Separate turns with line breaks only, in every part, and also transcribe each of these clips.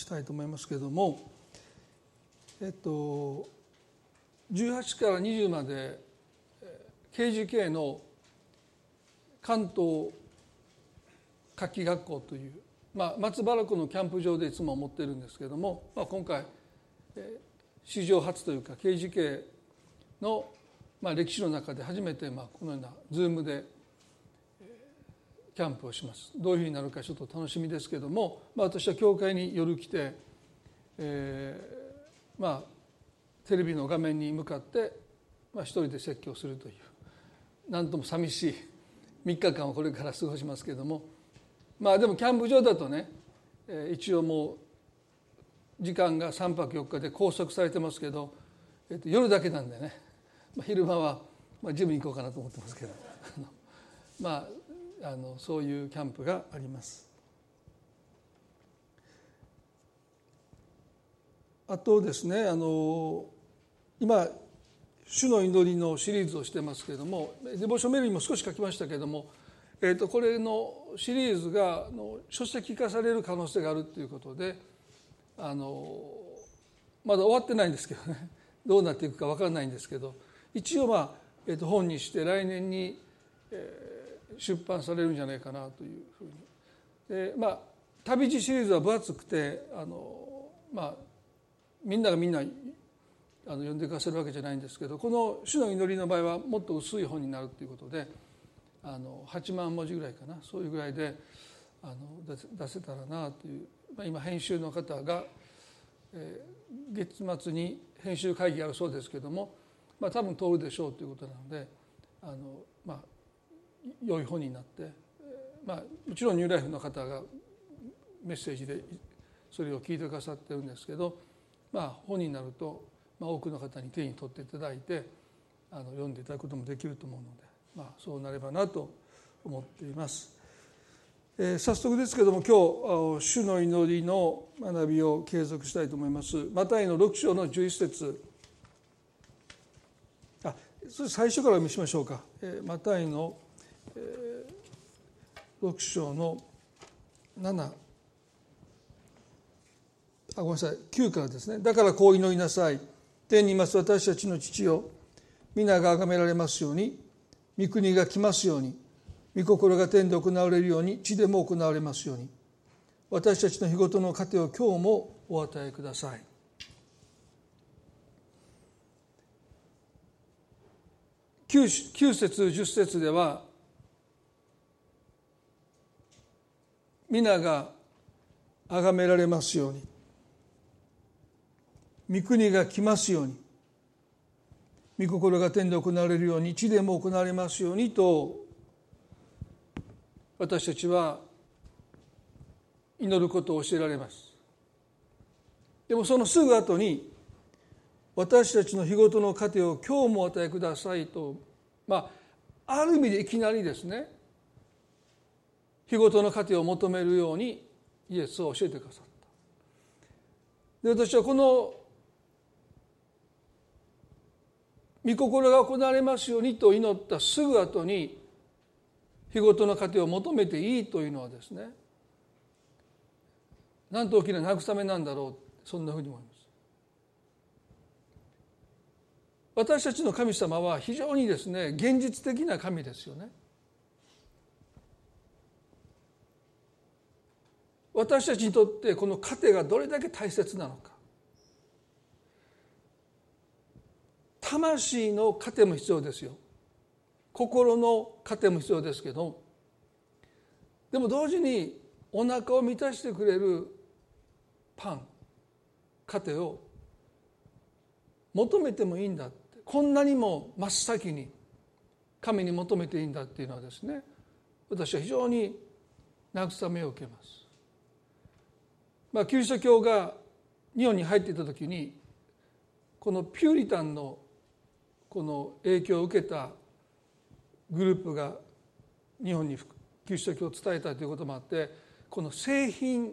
したいと思いますけれども、18から20まで KGK の関東夏季学校という、松原湖のキャンプ場でいつも思っているんですけれども、今回史上初というか KGK の歴史の中で初めてこのような Zoom でキャンプをします。どういうふうになるかちょっと楽しみですけれども、私は教会に夜来て、テレビの画面に向かって、一人で説教するというなんとも寂しい3日間をこれから過ごしますけれども、でもキャンプ場だとね、一応もう時間が3泊4日で拘束されてますけど、夜だけなんでね、昼間はジムに行こうかなと思ってますけどそういうキャンプがあります。あとですね、今主の祈りのシリーズをしてますけれども、デボーションメールにも少し書きましたけれども、これのシリーズが書籍化される可能性があるということで、まだ終わってないんですけどね、どうなっていくか分からないんですけど、一応本にして来年に出版されるんじゃないかなというふうに。で旅路シリーズは分厚くてみんながみんな読んでいかせるわけじゃないんですけど、この主の祈りの場合はもっと薄い本になるということで、8万文字ぐらいかな、そういうぐらいで出せたらなという、今編集の方が、月末に編集会議があるそうですけども、多分通るでしょうということなので、良い本になって、もちろんニューライフの方がメッセージでそれを聞いてくださってるんですけど、本になると、多くの方に手に取っていただいて読んでいただくこともできると思うので、そうなればなと思っています。早速ですけども、今日主の祈りの学びを継続したいと思います。マタイの6章の11節、それ最初から見しましょうか。マタイの6章のごめんなさい、9からですね。だからこう祈りなさい。天にいます私たちの父よ、皆が崇められますように、御国が来ますように、御心が天で行われるように地でも行われますように、私たちの日ごとの糧を今日もお与えください。9節10節では、皆が崇められますように、御国が来ますように、御心が天で行われるように地でも行われますようにと、私たちは祈ることを教えられます。でもそのすぐ後に、私たちの日ごとの糧を今日もお与えくださいと、ある意味でいきなりですね、日ごとの糧を求めるようにイエスを教えてくださった。で、私はこの御心が行われますようにと祈ったすぐ後に日ごとの糧を求めていいというのはですね、なんと大きな慰めなんだろう、そんなふうに思います。私たちの神様は非常にですね、現実的な神ですよね。私たちにとってこの糧がどれだけ大切なのか、魂の糧も必要ですよ。心の糧も必要ですけど、でも同時にお腹を満たしてくれるパン、糧を求めてもいいんだって、こんなにも真っ先に神に求めていいんだっていうのはですね、私は非常に慰めを受けます。キリスト教が日本に入っていた時に、このピューリタンのこの影響を受けたグループが日本にキリスト教を伝えたということもあって、この清貧、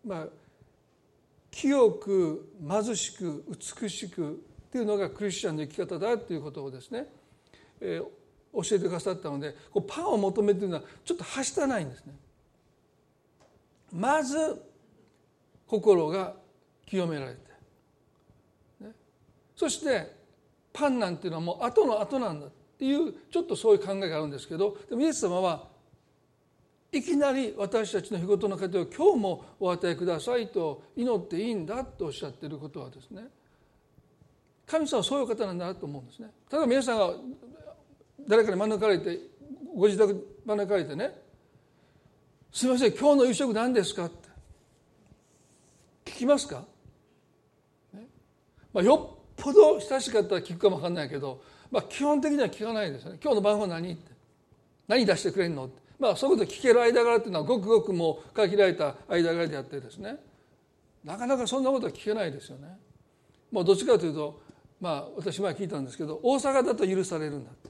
清く貧しく美しくっていうのがクリスチャンの生き方だということをですね、教えてくださったので、パンを求めているのはちょっとはしたないんですね。まず心が清められて、ね、そしてパンなんていうのはもう後の後なんだっていうちょっとそういう考えがあるんですけど、でもイエス様はいきなり私たちの日ごとの糧を今日もお与えくださいと祈っていいんだとおっしゃっていることはですね、神様はそういう方なんだなと思うんですね。ただ皆さんが誰かに招かれて、ご自宅に招かれてね、すみません今日の夕食何ですかって聞きますか、ね、よっぽど親しかったら聞くかもわかんないけど、基本的には聞かないですよね。今日の晩ご何って何出してくれんのって、そういうことを聞ける間柄っていうのはごくごくもう限られた間柄であってですね、なかなかそんなことは聞けないですよね。もうどっちかというと私前聞いたんですけど、大阪だと許されるんだって、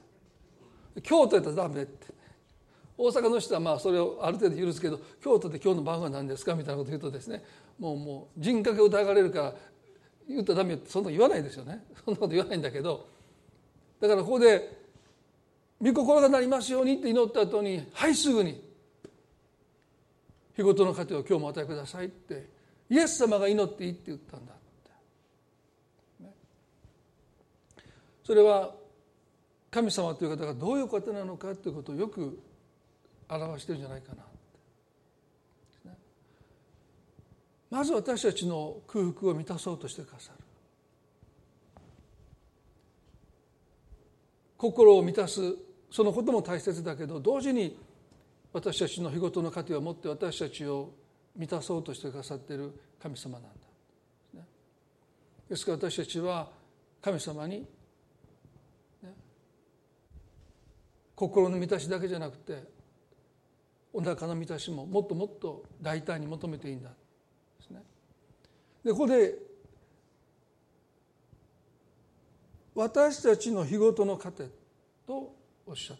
京都やったらダメって、大阪の人はそれをある程度許すけど、京都で今日の晩ごは何ですかみたいなことを言うとですね、もう人格を疑われるから言ったらダメってそんなこと言わないですよね。そんなこと言わないんだけど、だからここで御心がなりますようにって祈った後に、はいすぐに日ごとの糧を今日も与えくださいってイエス様が祈っていいって言ったんだって、ね、それは神様という方がどういう方なのかということをよく表しているんじゃないかなって、ね、まず私たちの空腹を満たそうとしてくださる、心を満たすそのことも大切だけど、同時に私たちの日ごとの糧を持って私たちを満たそうとしてくださっている神様なんだ、ね、ですから私たちは神様に、ね、心の満たしだけじゃなくてお腹の満たしももっともっと大胆に求めていいんだですね。でここで私たちの日ごとの糧とおっしゃった。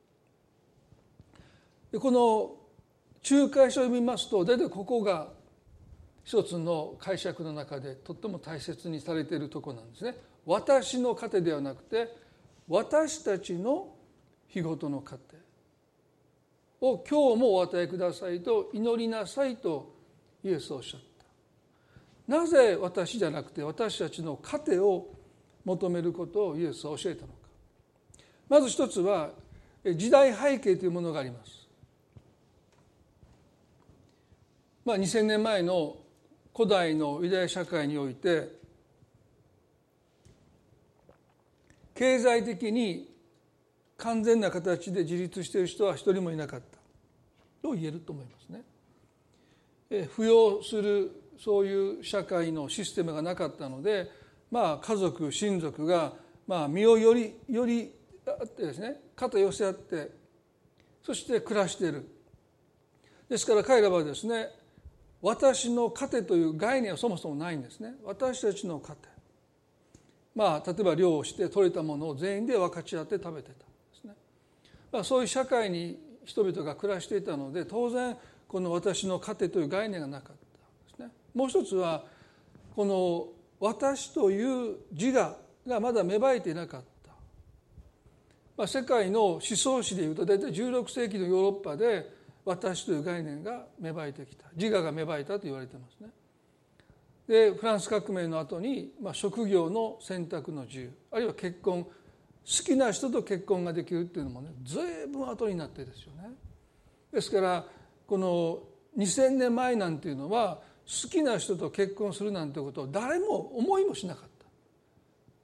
でこの仲介書を読みますと、大体ここが一つの解釈の中でとっても大切にされているところなんですね。私の糧ではなくて、私たちの日ごとの糧を今日もお与えくださいと祈りなさいとイエスはおっしゃった。なぜ私じゃなくて私たちの糧を求めることをイエスは教えたのか。まず一つは時代背景というものがあります。2000年前の古代のユダヤ社会において、経済的に完全な形で自立している人は一人もいなかったと言えると思いますね。扶養するそういう社会のシステムがなかったので、家族親族が身をよりあってですね、肩寄せ合ってそして暮らしている。ですから彼らはですね、私の糧という概念はそもそもないんですね。私たちの糧、例えば漁をして取れたものを全員で分かち合って食べてたんですね。そういう社会に人々が暮らしていたので、当然この私の糧という概念がなかったですね。もう一つはこの私という自我がまだ芽生えていなかった。世界の思想史でいうと大体16世紀のヨーロッパで私という概念が芽生えてきた、自我が芽生えたと言われていますね。でフランス革命の後に、職業の選択の自由、あるいは結婚、好きな人と結婚ができるっていうのもね、ずいぶん後になってですよね。ですからこの2000年前なんていうのは好きな人と結婚するなんてことを誰も思いもしなかった、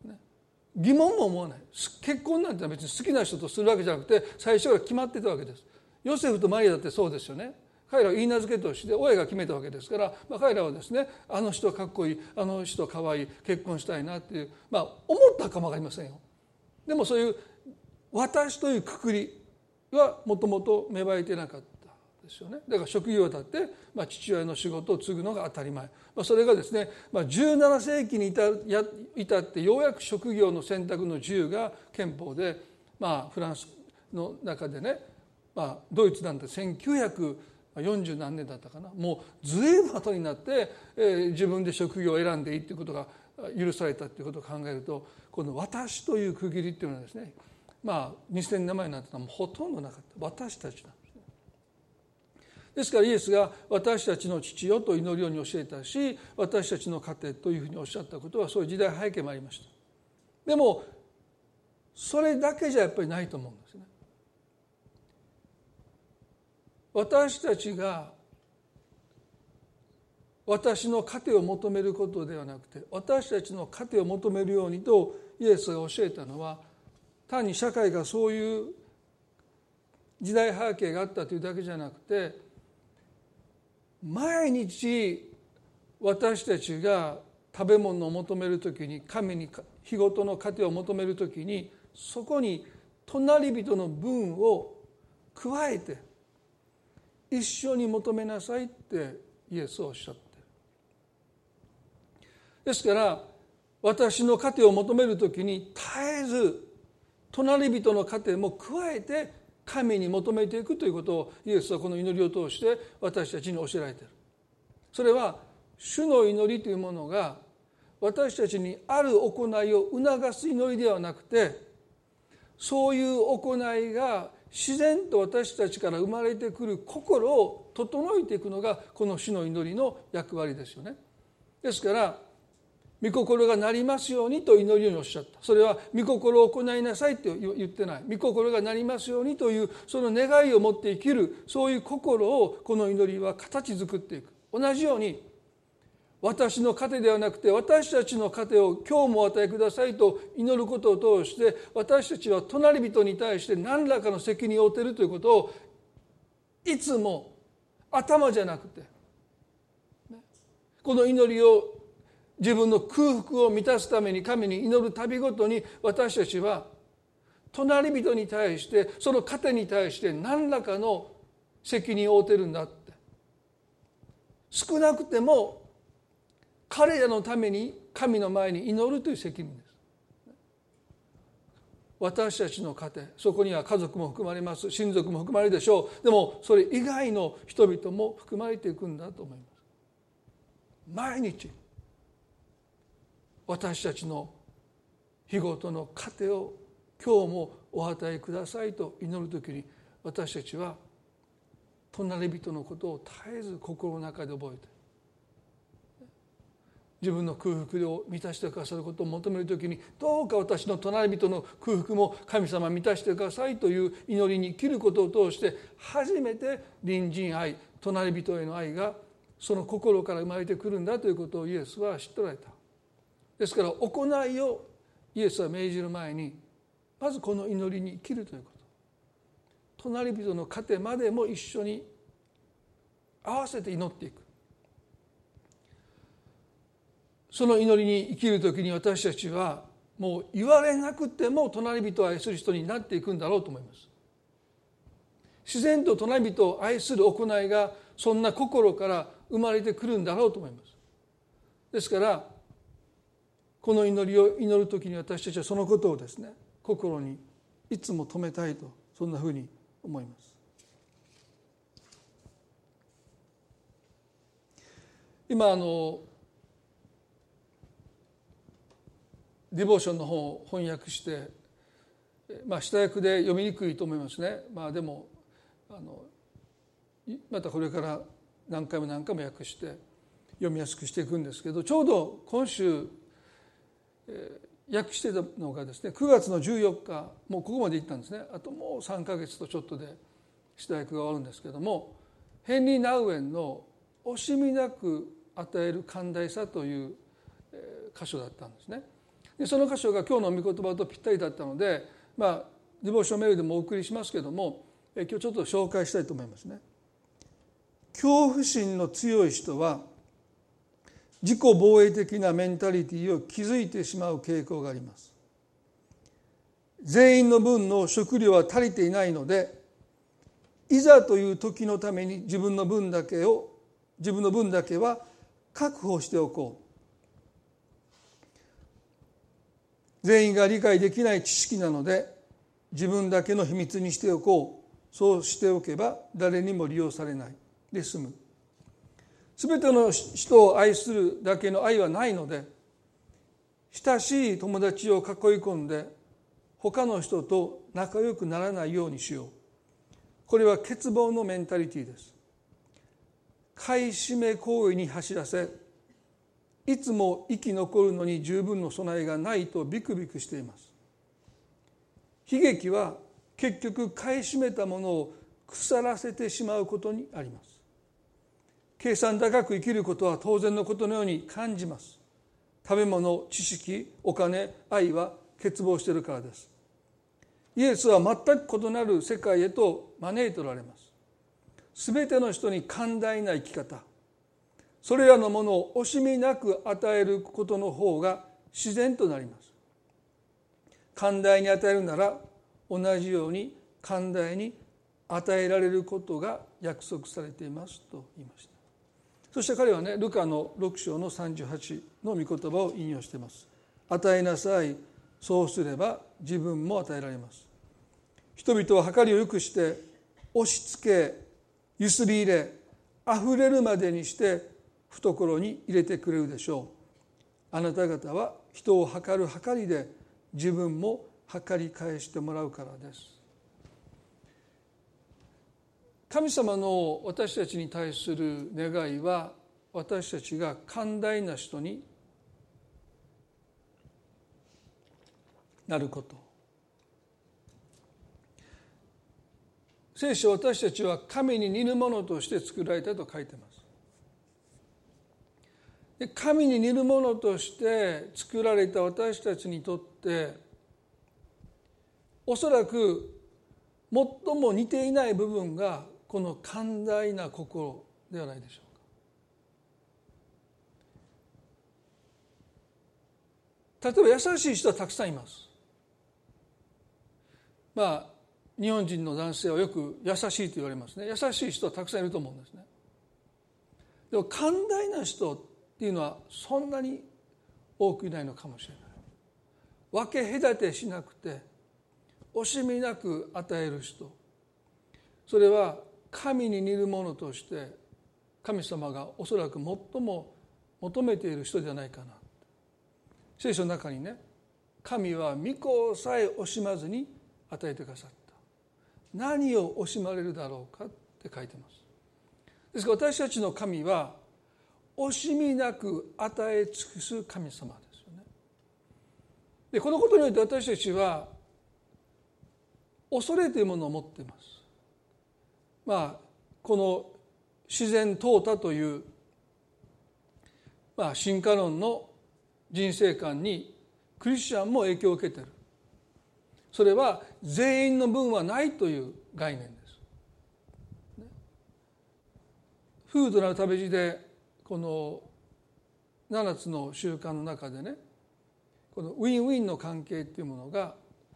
ね、疑問も思わない。結婚なんて別に好きな人とするわけじゃなくて最初から決まってたわけです。ヨセフとマリアだってそうですよね。彼らは言い名付けとして親が決めたわけですから、彼らはですね、あの人はかっこいい、あの人はかわいい、結婚したいなっていう、思ったかもわかりませんよ。でもそういう私というくくりはもともと芽生えてなかったですよね。だから職業だって、父親の仕事を継ぐのが当たり前、それがですね、17世紀に至ってようやく職業の選択の自由が憲法で、フランスの中でね、ドイツなんて1940何年だったかな、もうずいぶん後になって、自分で職業を選んでいいということが許されたということを考えると、この私という区切りっていうのはですね、2000年前になってのはもうほとんどなかった。私たちなんですね。 ですからイエスが私たちの父よと祈るように教えたし、私たちの家庭というふうにおっしゃったことはそういう時代背景もありました。でもそれだけじゃやっぱりないと思うんですね。私たちが私の糧を求めることではなくて、私たちの糧を求めるようにとイエスが教えたのは、単に社会がそういう時代背景があったというだけじゃなくて、毎日私たちが食べ物を求めるときに、神に日ごとの糧を求めるときに、そこに隣人の分を加えて一緒に求めなさいってイエスはおっしゃっている。ですから私の糧を求めるときに絶えず隣人の糧も加えて神に求めていくということをイエスはこの祈りを通して私たちに教えられている。それは主の祈りというものが私たちにある行いを促す祈りではなくて、そういう行いが自然と私たちから生まれてくる心を整えていくのがこの主の祈りの役割ですよね。ですから御心がなりますようにと祈るようにおっしゃった。それは御心を行いなさいと言ってない。御心がなりますようにというその願いを持って生きる、そういう心をこの祈りは形作っていく。同じように私の糧ではなくて私たちの糧を今日もお与えくださいと祈ることを通して、私たちは隣人に対して何らかの責任を負っているということをいつも頭じゃなくて、この祈りを自分の空腹を満たすために神に祈るたびごとに、私たちは隣人に対してその糧に対して何らかの責任を負っているんだって、少なくても彼らのために神の前に祈るという責任です。私たちの家庭、そこには家族も含まれます、親族も含まれるでしょう。でもそれ以外の人々も含まれていくんだと思います。毎日私たちの日ごとの糧を今日もお与えくださいと祈るときに、私たちは隣人のことを絶えず心の中で覚えて、自分の空腹を満たしてくださることを求めるときに、どうか私の隣人の空腹も神様満たしてくださいという祈りに生きることを通して、初めて隣人愛、隣人への愛がその心から生まれてくるんだということをイエスは知っておられた。ですから行いをイエスは命じる前に、まずこの祈りに生きるということ、隣人の糧までも一緒に合わせて祈っていく。その祈りに生きるときに、私たちはもう言われなくても隣人を愛する人になっていくんだろうと思います。自然と隣人を愛する行いがそんな心から生まれてくるんだろうと思います。ですからこの祈りを祈るときに、私たちはそのことをですね、心にいつも留めたいと、そんなふうに思います。今ディボーションの本を翻訳して、下訳で読みにくいと思いますね。でもまたこれから何回も訳して読みやすくしていくんですけど、ちょうど今週、訳してたのがですね、9月の14日、もうここまで行ったんですね。あともう3ヶ月とちょっとで下訳が終わるんですけども、ヘンリー・ナウエンの惜しみなく与える寛大さという箇所だったんですね。でその箇所が今日の御言葉とぴったりだったので、ディボーションメールでもお送りしますけども、今日ちょっと紹介したいと思いますね。恐怖心の強い人は自己防衛的なメンタリティを築いてしまう傾向があります。全員の分の食料は足りていないので、いざという時のために自分の分だけは確保しておこう。全員が理解できない知識なので自分だけの秘密にしておこう。そうしておけば誰にも利用されないで済む。すべての人を愛するだけの愛はないので、親しい友達を囲い込んで他の人と仲良くならないようにしよう。これは欠乏のメンタリティです。 買い占め行為に走らせ、いつも生き残るのに十分の備えがないとビクビクしています。悲劇は結局買い占めたものを腐らせてしまうことにあります。計算高く生きることは当然のことのように感じます。食べ物、知識、お金、愛は欠乏しているからです。イエスは全く異なる世界へと招いておられます。すべての人に寛大な生き方、それらのものを惜しみなく与えることの方が自然となります。寛大に与えるなら同じように寛大に与えられることが約束されていますと言いました。そして彼はね、ルカの6章の38の御言葉を引用しています。与えなさい、そうすれば自分も与えられます。人々は計りを良くして押し付け、ゆすり入れ、あふれるまでにして懐に入れてくれるでしょう。あなた方は人を計る計りで自分も計り返してもらうからです。神様の私たちに対する願いは、私たちが寛大な人になること。聖書は私たちは神に似るものとして作られたと書いています。で、神に似るものとして作られた私たちにとって、おそらく最も似ていない部分がこの寛大な心ではないでしょうか。例えば優しい人はたくさんいます。日本人の男性はよく優しいと言われますね。優しい人はたくさんいると思うんですね。でも寛大な人っていうのはそんなに多くいないのかもしれない。分け隔てしなくて惜しみなく与える人、それは神に似るものとして神様がおそらく最も求めている人じゃないかな。聖書の中にね、神は御子さえ惜しまずに与えてくださった。何を惜しまれるだろうかって書いてます。ですから私たちの神は惜しみなく与え尽くす神様ですよね。で、このことによって私たちは恐れというものを持っています。この自然淘汰という、進化論の人生観にクリスチャンも影響を受けている。それは全員の分はないという概念です。フードなる食べ地でこの7つの習慣の中でね、このウィンウィンの関係というものが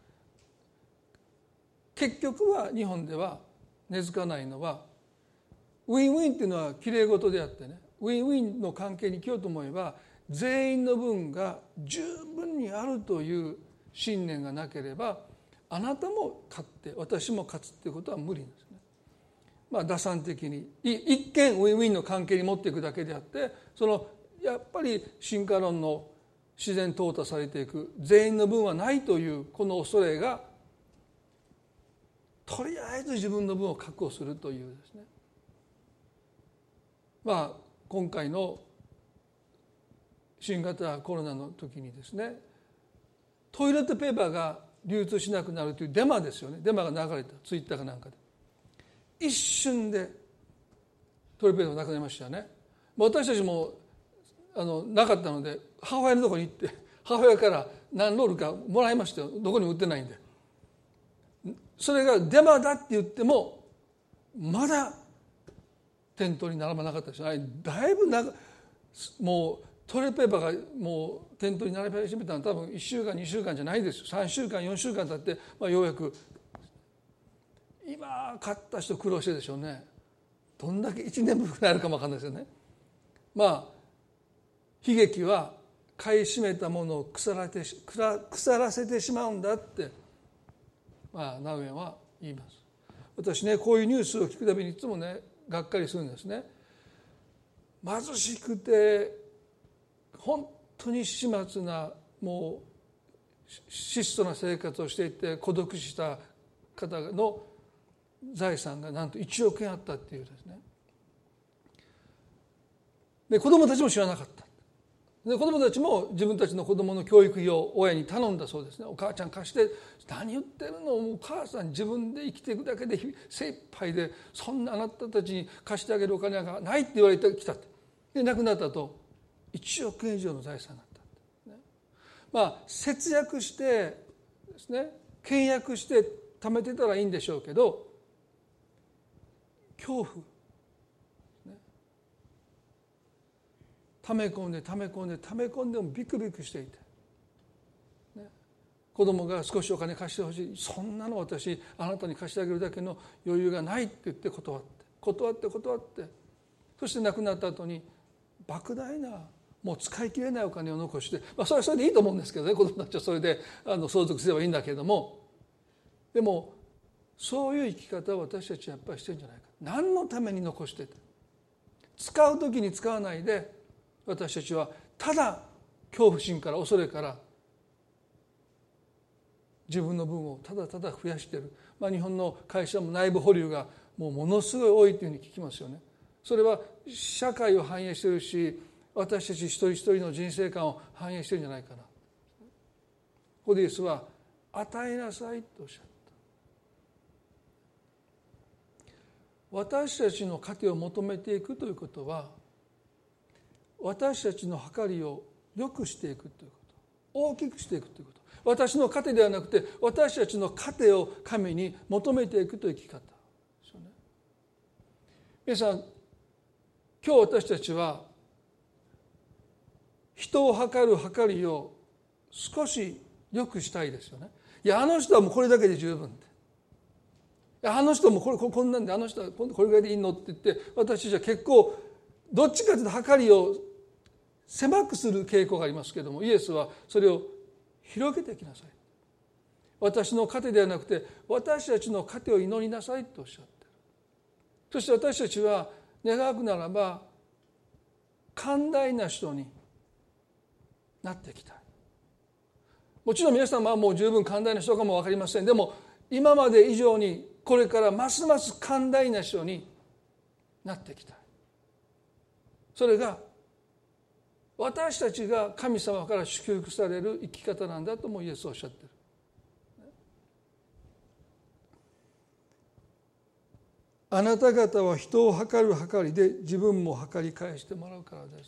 結局は日本では根付かないのは、ウィンウィンっていうのはきれい事であってね、ウィンウィンの関係に生きようと思えば全員の分が十分にあるという信念がなければ、あなたも勝って私も勝つっていうことは無理ですね。打算的に一見ウィンウィンの関係に持っていくだけであって、やっぱり進化論の自然淘汰されていく全員の分はないというこの恐れが、とりあえず自分の分を確保するというですね、今回の新型コロナの時にですね、トイレットペーパーが流通しなくなるというデマですよね。デマが流れた、ツイッターかなんかで一瞬でトイレットペーパーがなくなりましたよね。私たちもなかったので母親のところに行って母親から何ロールかもらいましたよ。どこにも売ってないんで。それがデマだって言ってもまだ店頭に並ばなかったです。だいぶもうトイレットペーパーがもう店頭に並び始めたのは多分1週間2週間じゃないですよ。3週間4週間経って、ようやく。今買った人苦労してるでしょうね。どんだけ1年分くらいあるかも分かんないですよね。悲劇は買い占めたものを腐らせてしまうんだってナウエンは言います。私ね、こういうニュースを聞くたびにいつもね、がっかりするんですね。貧しくて本当に始末な、もう質素な生活をしていて孤独死した方の財産がなんと1億円あったっていうですね。 で子供たちも知らなかった。で子供たちも自分たちの子供の教育費を親に頼んだそうですね。お母ちゃん貸して。何言ってるの、お母さん自分で生きていくだけで精一杯で、そんなあなたたちに貸してあげるお金がないって言われてきた。で亡くなったと1億円以上の財産があった。節約してですね、倹約して貯めてたらいいんでしょうけど、恐怖、溜め込んでもビクビクしていて、子供が少しお金貸してほしい、そんなの私あなたに貸してあげるだけの余裕がないって言って断って、そして亡くなった後に莫大なもう使い切れないお金を残して、それはそれでいいと思うんですけどね、子供たちはそれで相続すればいいんだけれども、でもそういう生き方を私たちはやっぱりしてるんじゃないか。何のために残してて、使う時に使わないで、私たちはただ恐怖心から恐れから自分の分をただただ増やしている。日本の会社も内部保留がものすごい多いというふうに聞きますよね。それは社会を反映しているし、私たち一人一人の人生観を反映しているんじゃないかな。ここでイエスは与えなさいとおっしゃった。私たちの糧を求めていくということは、私たちの計りを良くしていくということ、大きくしていくということ、私の糧ではなくて私たちの糧を神に求めていくという生き方ですよね。皆さん、今日私たちは人を測る計りを少し良くしたいですよね。いや、あの人はもうこれだけで十分で、あの人もこんなんで、あの人はこれぐらいでいいのって言って、私たちは結構どっちかというと計りを狭くする傾向がありますけれども、イエスはそれを広げていきなさい。私の糧ではなくて私たちの糧を祈りなさいとおっしゃっている。そして私たちは願うならば寛大な人になっていきたい。もちろん皆さんはもう十分寛大な人かも分かりません。でも今まで以上にこれからますます寛大な人になっていきたい。それが私たちが神様から祝福される生き方なんだともイエスはおっしゃっている。あなた方は人を測る計りで自分も測り返してもらうからです。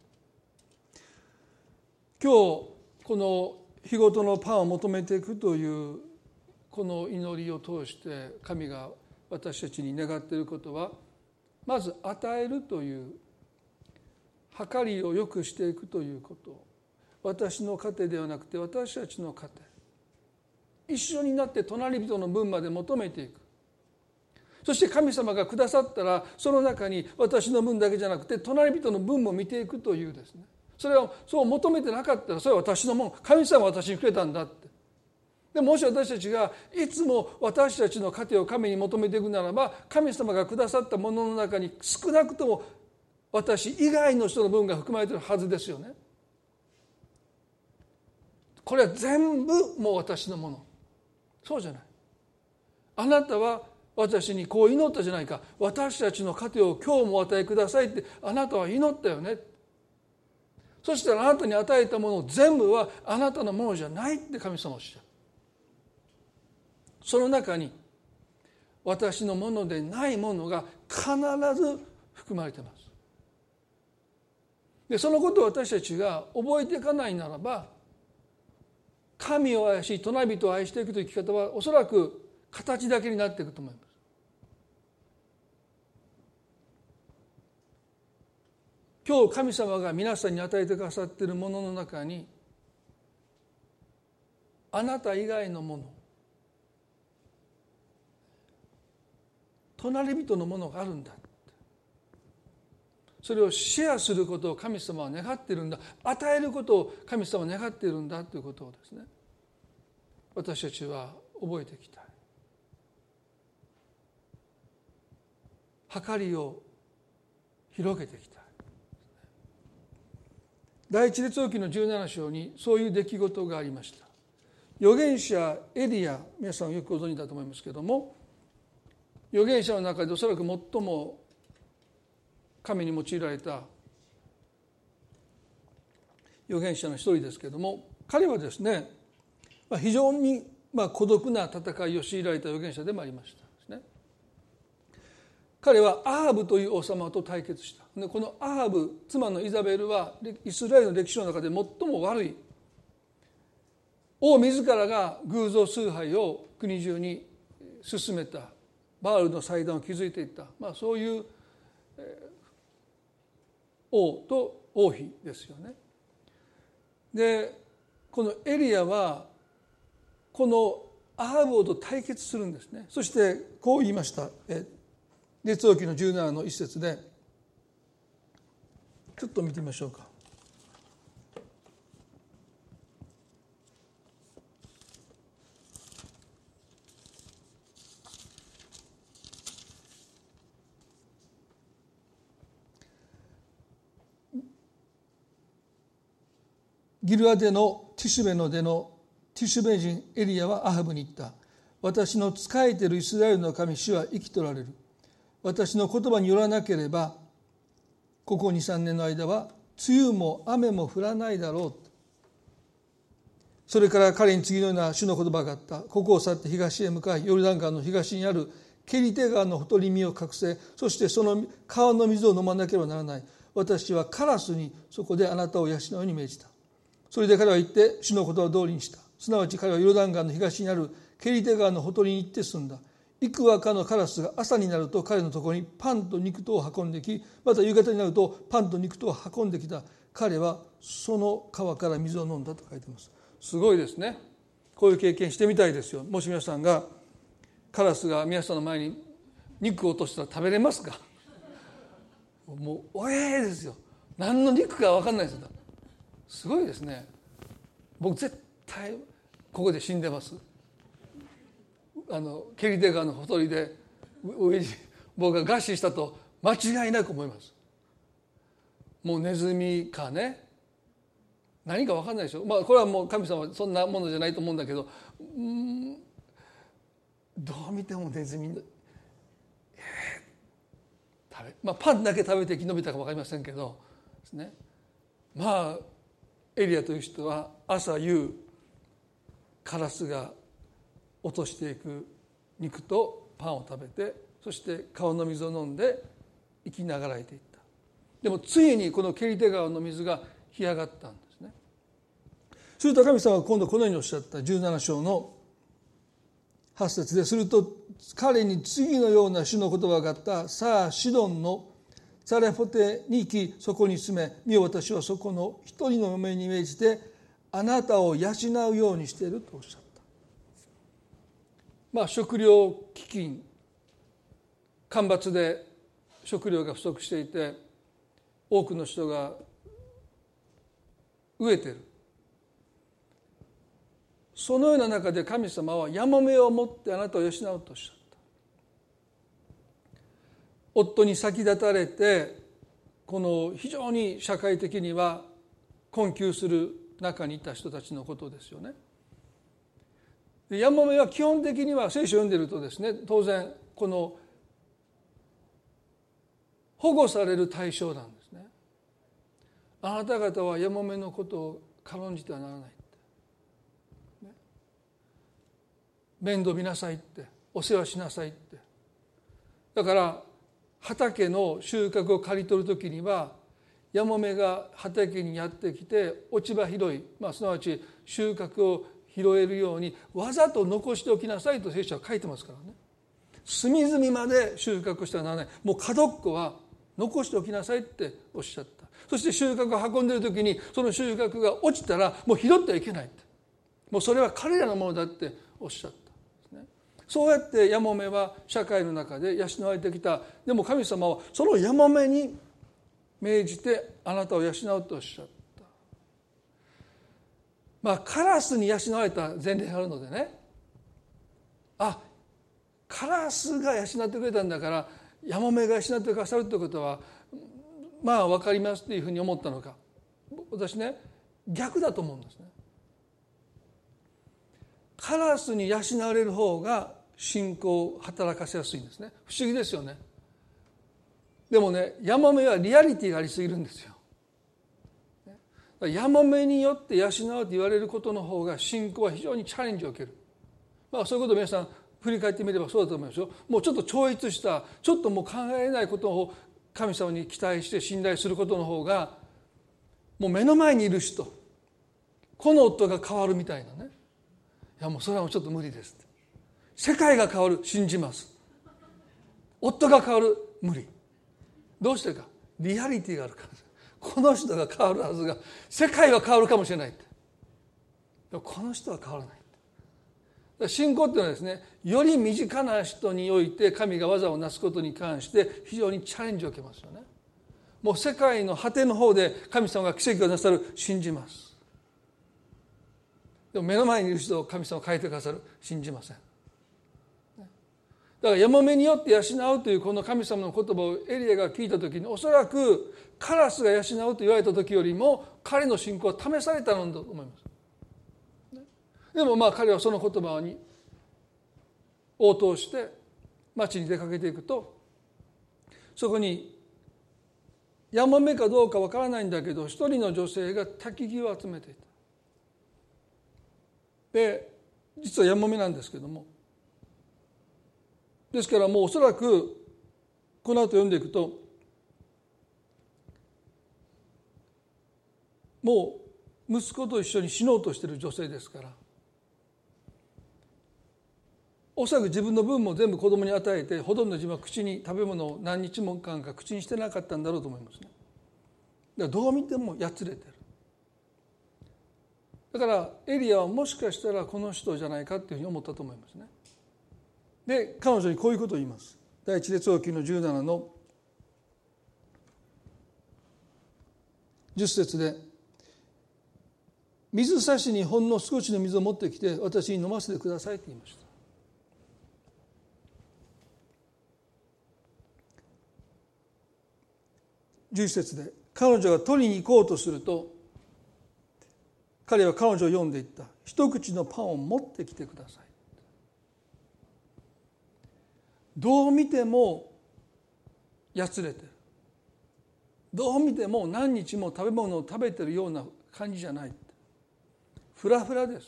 今日この日ごとのパンを求めていくというこの祈りを通して神が私たちに願っていることは、まず与えるという計りを良くしていくということ、私の糧ではなくて私たちの糧、一緒になって隣人の分まで求めていく。そして神様がくださったらその中に私の分だけじゃなくて隣人の分も見ていくというですね、それをそう求めてなかったらそれは私のもの、神様は私にくれたんだって。でもし私たちがいつも私たちの糧を神に求めていくならば、神様がくださったものの中に少なくとも私以外の人の分が含まれているはずですよね。これは全部もう私のもの。そうじゃない。あなたは私にこう祈ったじゃないか。私たちの糧を今日もお与えくださいってあなたは祈ったよね。そしたらあなたに与えたもの全部はあなたのものじゃないって神様はおっしゃる。その中に私のものでないものが必ず含まれています。でそのことを私たちが覚えていかないならば、神を愛し隣人を愛していくという生き方はおそらく形だけになっていくと思います。今日神様が皆さんに与えてくださっているものの中に、あなた以外のもの、隣人のものがあるんだ。それをシェアすることを神様は願っているんだ。与えることを神様は願っているんだということをですね、私たちは覚えていきたい。計りを広げていきたい。第一列王記の17章にそういう出来事がありました。預言者エリア、皆さんよくご存知だと思いますけれども、預言者の中でおそらく最も神に用いられた預言者の一人ですけれども、彼はですね、非常に孤独な戦いを強いられた預言者でもありましたですね。彼はアハブという王様と対決した。でこのアハブ、妻のイザベルはイスラエルの歴史の中で最も悪い、王自らが偶像崇拝を国中に進めた、バールの祭壇を築いていった、そういう王と王妃ですよね。でこのエリアはこのアハブ王と対決するんですね。そしてこう言いました。列王記の17の一節で、ちょっと見てみましょうか。ギルアデのティシュベの出のティシュベ人エリアはアハブに言った。私の仕えているイスラエルの神主は生きとられる。私の言葉によらなければここ 2,3 年の間は梅雨も雨も降らないだろう。それから彼に次のような主の言葉があった。ここを去って東へ向かい、ヨルダン川の東にあるケリテ川のほとりに身を隠せ。そしてその川の水を飲まなければならない。私はカラスにそこであなたを養うように命じた。それで彼は言って主の言葉通りにした。すなわち彼はヨルダン川の東にあるケリテ川のほとりに行って住んだ。幾羽かのカラスが朝になると彼のところにパンと肉とを運んでき、また夕方になるとパンと肉とを運んできた。彼はその川から水を飲んだと書いています。すごいですね。こういう経験してみたいですよ。もし皆さんがカラスが皆さんの前に肉を落としたら食べれますか？もうおですよ。何の肉か分かんないですよ。すごいですね。僕絶対ここで死んでます。ケリテ川のほとりで僕が餓死したと間違いなく思います。もうネズミかね、何か分かんないでしょ。これはもう神様はそんなものじゃないと思うんだけど、どう見てもネズミの、パンだけ食べて生き延びたか分かりませんけどですね。エリアという人は朝夕カラスが落としていく肉とパンを食べて、そして川の水を飲んで生きながらえていった。でもついにこのケリテ川の水が干上がったんですね。すると神様は今度このようにおっしゃった。17章の8節で、すると彼に次のような主の言葉があった。さあシドンのサレフォテに行き、そこに住め。見よ、私はそこの一人の嫁に命じてあなたを養うようにしているとおっしゃった。食料飢饉、干ばつで食料が不足していて多くの人が飢えている。そのような中で神様はやもめを持ってあなたを養うとおっしゃった。夫に先立たれてこの非常に社会的には困窮する中にいた人たちのことですよね。やもめは基本的には聖書を読んでいるとですね、当然この保護される対象なんですね。あなた方はやもめのことを軽んじてはならないって、ね、面倒見なさいって、お世話しなさいって。だから畑の収穫を刈り取るときにはやもめが畑にやってきて落ち葉拾い、すなわち収穫を拾えるようにわざと残しておきなさいと聖書は書いてますからね。隅々まで収穫してはならない。もう角っこは残しておきなさいっておっしゃった。そして収穫を運んでいる時にその収穫が落ちたらもう拾ってはいけないって、もうそれは彼らのものだっておっしゃった。そうやってやもめは社会の中で養われてきた。でも神様はそのやもめに命じてあなたを養うとおっしゃった。カラスに養われた前例があるのでね、カラスが養ってくれたんだからやもめが養ってくださるということは分かりますというふうに思ったのか。私ね、逆だと思うんですね。カラスに養われる方が信仰を働かせやすいんですね。不思議ですよね。でもね、やもめはリアリティがありすぎるんですよ。 やもめによって養うと言われることの方が信仰は非常にチャレンジを受ける。そういうことを皆さん振り返ってみればそうだと思いますよ。もうちょっと超越したちょっともう考えないことを神様に期待して信頼することの方が、もう目の前にいる人、この夫が変わるみたいなね、いやもうそれはもうちょっと無理ですって。世界が変わる、信じます。夫が変わる、無理。どうしてか、リアリティがあるから。この人が変わるはずが、世界は変わるかもしれないって。でもこの人は変わらない。信仰っていうのはですね、より身近な人において神が技をなすことに関して非常にチャレンジを受けますよね。もう世界の果ての方で神様が奇跡をなさる、信じます。でも目の前にいる人を神様が変えてくださる、信じません。だからやもめによって養うというこの神様の言葉をエリアが聞いた時に、おそらくカラスが養うと言われた時よりも彼の信仰は試されたのだと思います。でも彼はその言葉に応答して町に出かけていくと、そこにやもめかどうかわからないんだけど、一人の女性が焚き木を集めていた。で実はやもめなんですけども、ですからもうおそらくこの後読んでいくと、もう息子と一緒に死のうとしている女性ですから、おそらく自分の分も全部子供に与えて、ほとんど自分は食べ物を何日も間か口にしてなかったんだろうと思いますね。だからどう見てもやつれてる。だからエリアはもしかしたらこの人じゃないかっていうふうに思ったと思いますね。で彼女にこういうことを言います。第一列王記の17の10節で、水差しにほんの少しの水を持ってきて私に飲ませてくださいと言いました。11節で、彼女が取りに行こうとすると彼は彼女を呼んでいった。一口のパンを持ってきてください。どう見てもやつれてる、どう見ても何日も食べ物を食べてるような感じじゃない、フラフラです。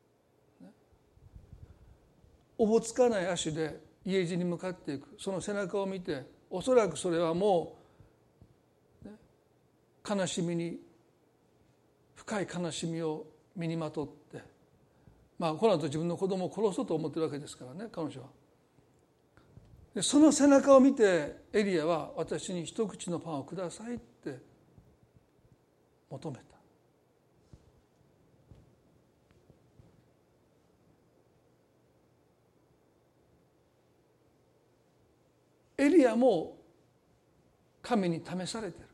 おぼつかない足で家路に向かっていく、その背中を見て、おそらくそれはもう、悲しみに深い悲しみを身にまとって、この後自分の子供を殺そうと思ってるわけですからね、彼女は。でその背中を見てエリアは、私に一口のパンをくださいって求めた。エリアも神に試されている。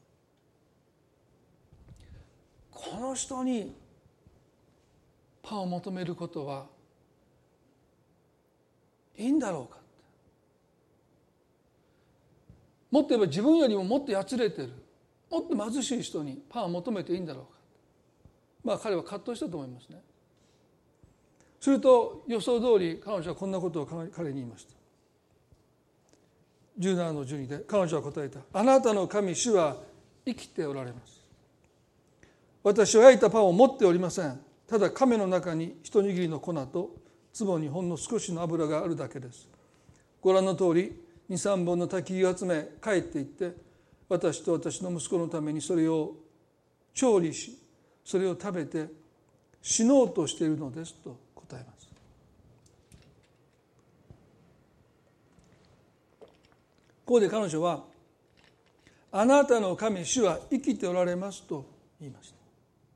この人にパンを求めることはいいんだろうか。もっと言えば自分よりももっとやつれてる、もっと貧しい人にパンを求めていいんだろうか。彼は葛藤したと思いますね。すると予想通り彼女はこんなことを彼に言いました。17の12で彼女は答えた。あなたの神主は生きておられます。私は焼いたパンを持っておりません。ただ亀の中に一握りの粉と壺にほんの少しの油があるだけです。ご覧の通り 2,3 本の焚き木を集め帰っていって、私と私の息子のためにそれを調理し、それを食べて死のうとしているのですと答えます。ここで彼女は、あなたの神主は生きておられますと言いました。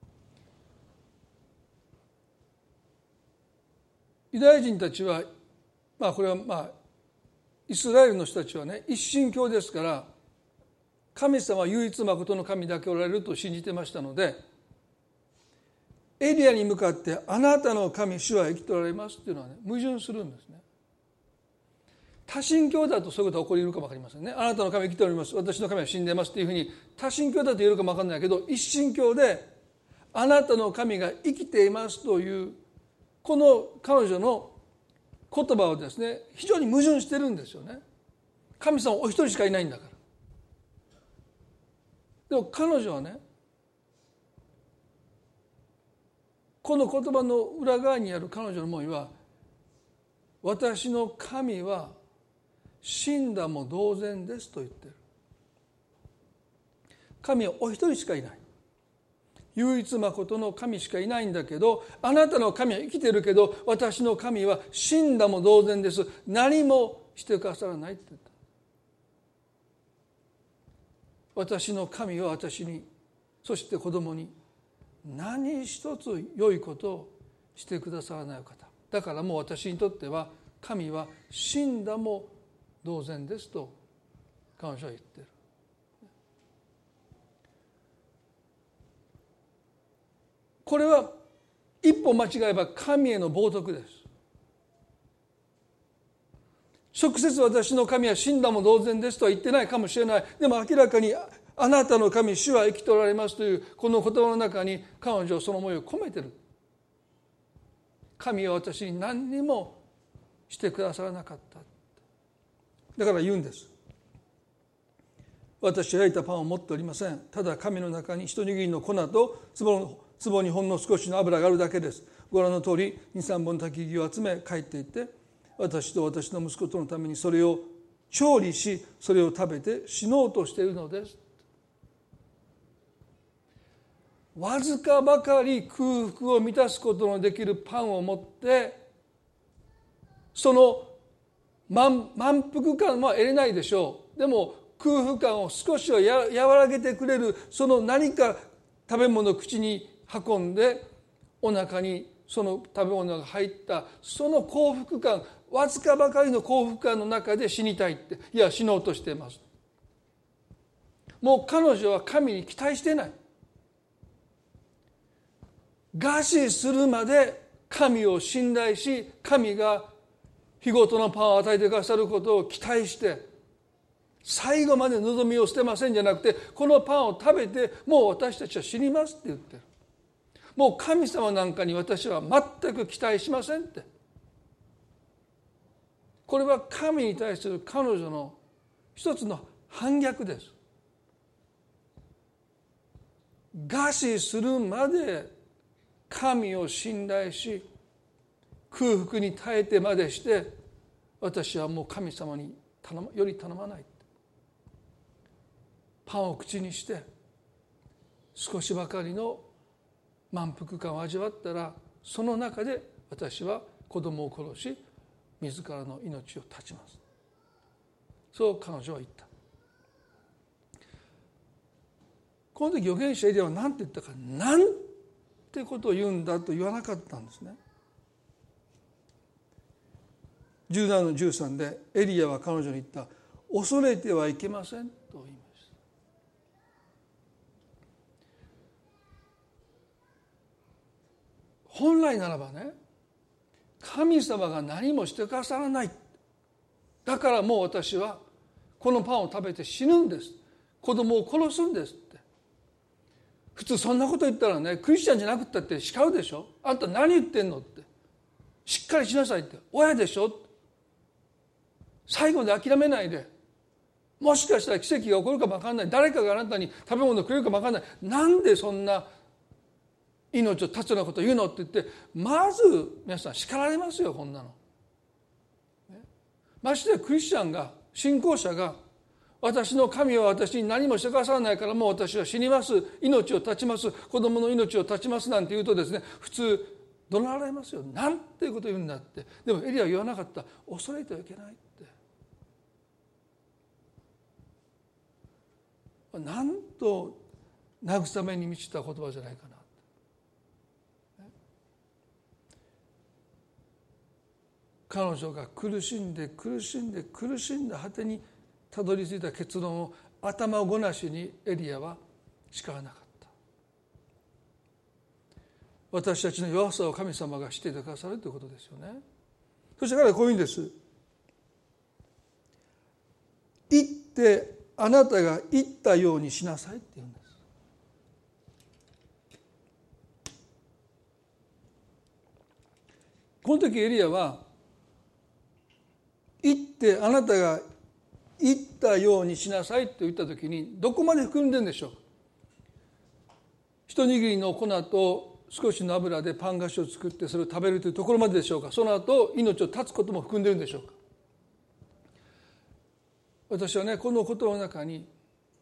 ユダヤ人たちは、これはイスラエルの人たちはね、一神教ですから、神様は唯一まことの神だけおられると信じてましたので、エリアに向かってあなたの神主は生きておられますっていうのはね、矛盾するんですね。多神教だとそういうことが起こり得るかも分かりませんね。あなたの神は生きております、私の神は死んでますっていうふうに多神教だと言えるかも分かんないけど、一神教であなたの神が生きていますというこの彼女の言葉をですね、非常に矛盾してるんですよね。神様お一人しかいないんだから。でも彼女はね、 この言葉の裏側にある彼女の思いは、私の神は死んだも同然ですと言ってる。神はお一人しかいない。唯一まことの神しかいないんだけど、あなたの神は生きてるけど、私の神は死んだも同然です。何もしてくださらないって言った。私の神は私に、そして子供に何一つ良いことをしてくださらないお方。だからもう私にとっては神は死んだも同然ですと彼女は言っている。これは一歩間違えば神への冒涜です。直接私の神は死んだも同然ですとは言ってないかもしれない。でも明らかにあなたの神主は生きておられますというこの言葉の中に彼女はその思いを込めている。神は私に何にもしてくださらなかった。だから言うんです。私は焼いたパンを持っておりません。ただ紙の中に一握りの粉と壺にほんの少しの油があるだけです。ご覧の通り 2,3 本焚き木を集め帰っていって、私と私の息子とのためにそれを調理し、それを食べて死のうとしているのです。わずかばかり空腹を満たすことのできるパンを持って、その満腹感は得れないでしょう。でも空腹感を少しは和らげてくれる、その何か食べ物を口に運んで、お腹にその食べ物が入ったその幸福感、わずかばかりの幸福感の中で死にたいって、いや死のうとしています。もう彼女は神に期待していない。餓死するまで神を信頼し、神が日ごとのパンを与えてくださることを期待して、最後まで望みを捨てませんじゃなくて、このパンを食べてもう私たちは死にますって言ってる。もう神様なんかに私は全く期待しませんって。これは神に対する彼女の一つの反逆です。餓死するまで神を信頼し、空腹に耐えてまでして、私はもう神様により頼まない。パンを口にして少しばかりの満腹感を味わったら、その中で私は子供を殺し自らの命を絶ちます。そう彼女は言った。この時預言者エリアは何て言ったか、なんてことを言うんだと言わなかったんですね。17の13でエリアは彼女に言った。恐れてはいけませんと言いました。本来ならばね、神様が何もしてくださらない、だからもう私はこのパンを食べて死ぬんです、子供を殺すんですって、普通そんなこと言ったらね、クリスチャンじゃなくったって叱るでしょ。あんた何言ってんのって、しっかりしなさいって、親でしょ、最後まで諦めないで、もしかしたら奇跡が起こるかも分かんない、誰かがあなたに食べ物をくれるかも分かんない、なんでそんな命を絶つようなことを言うのって言って、まず皆さん叱られますよ、こんなの。ましてやクリスチャンが、信仰者が、私の神は私に何もしてくださらないからもう私は死にます、命を絶ちます、子供の命を絶ちますなんて言うとですね、普通怒鳴られますよ。なんていうことを言うんだって。でもエリアは言わなかった。恐れてはいけないって。なんと慰めに満ちた言葉じゃないかな。彼女が苦しんで苦しんで苦しんだ果てにたどり着いた結論を頭ごなしにエリアは叱らなかった。私たちの弱さを神様が知っていてくださるということですよね。そして彼はこういうんです。行ってあなたが言ったようにしなさいって言うんです。この時エリアは行ってあなたが言ったようにしなさいと言った時にどこまで含んでるんでしょう。一握りの粉と少しの油でパン菓子を作ってそれを食べるというところまででしょうか。その後命を絶つことも含んでいるんでしょうか。私はね、この言葉の中に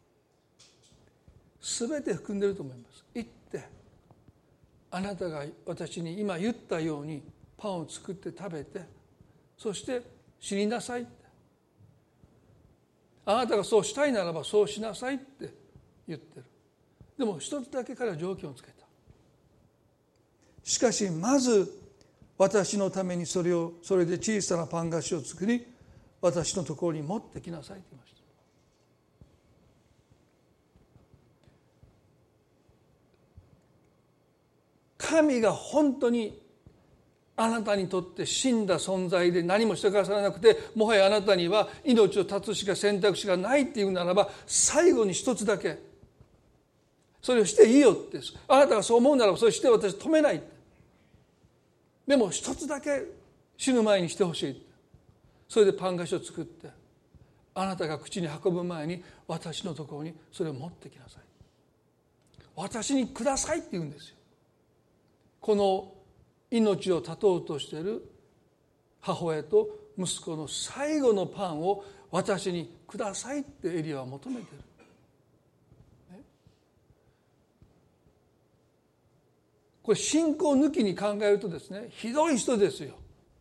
全て含んでいると思います。言って、あなたが私に今言ったようにパンを作って食べて、そして死になさいって、あなたがそうしたいならばそうしなさいって言ってる。でも一つだけ彼は条件をつけた。しかしまず私のためにそれで小さなパン菓子を作り、私のところに持ってきなさいと言いました。神が本当にあなたにとって死んだ存在で何もしてくださらなくて、もはやあなたには命を絶つしか選択肢がないっていうならば、最後に一つだけそれをしていいよって、あなたがそう思うならばそれして私止めない。でも一つだけ死ぬ前にしてほしい。それでパン菓子を作って、あなたが口に運ぶ前に私のところにそれを持ってきなさい。私にくださいって言うんですよ。この命を絶とうとしている母親と息子の最後のパンを私にくださいってエリアは求めている。これ信仰抜きに考えるとですね、ひどい人ですよ。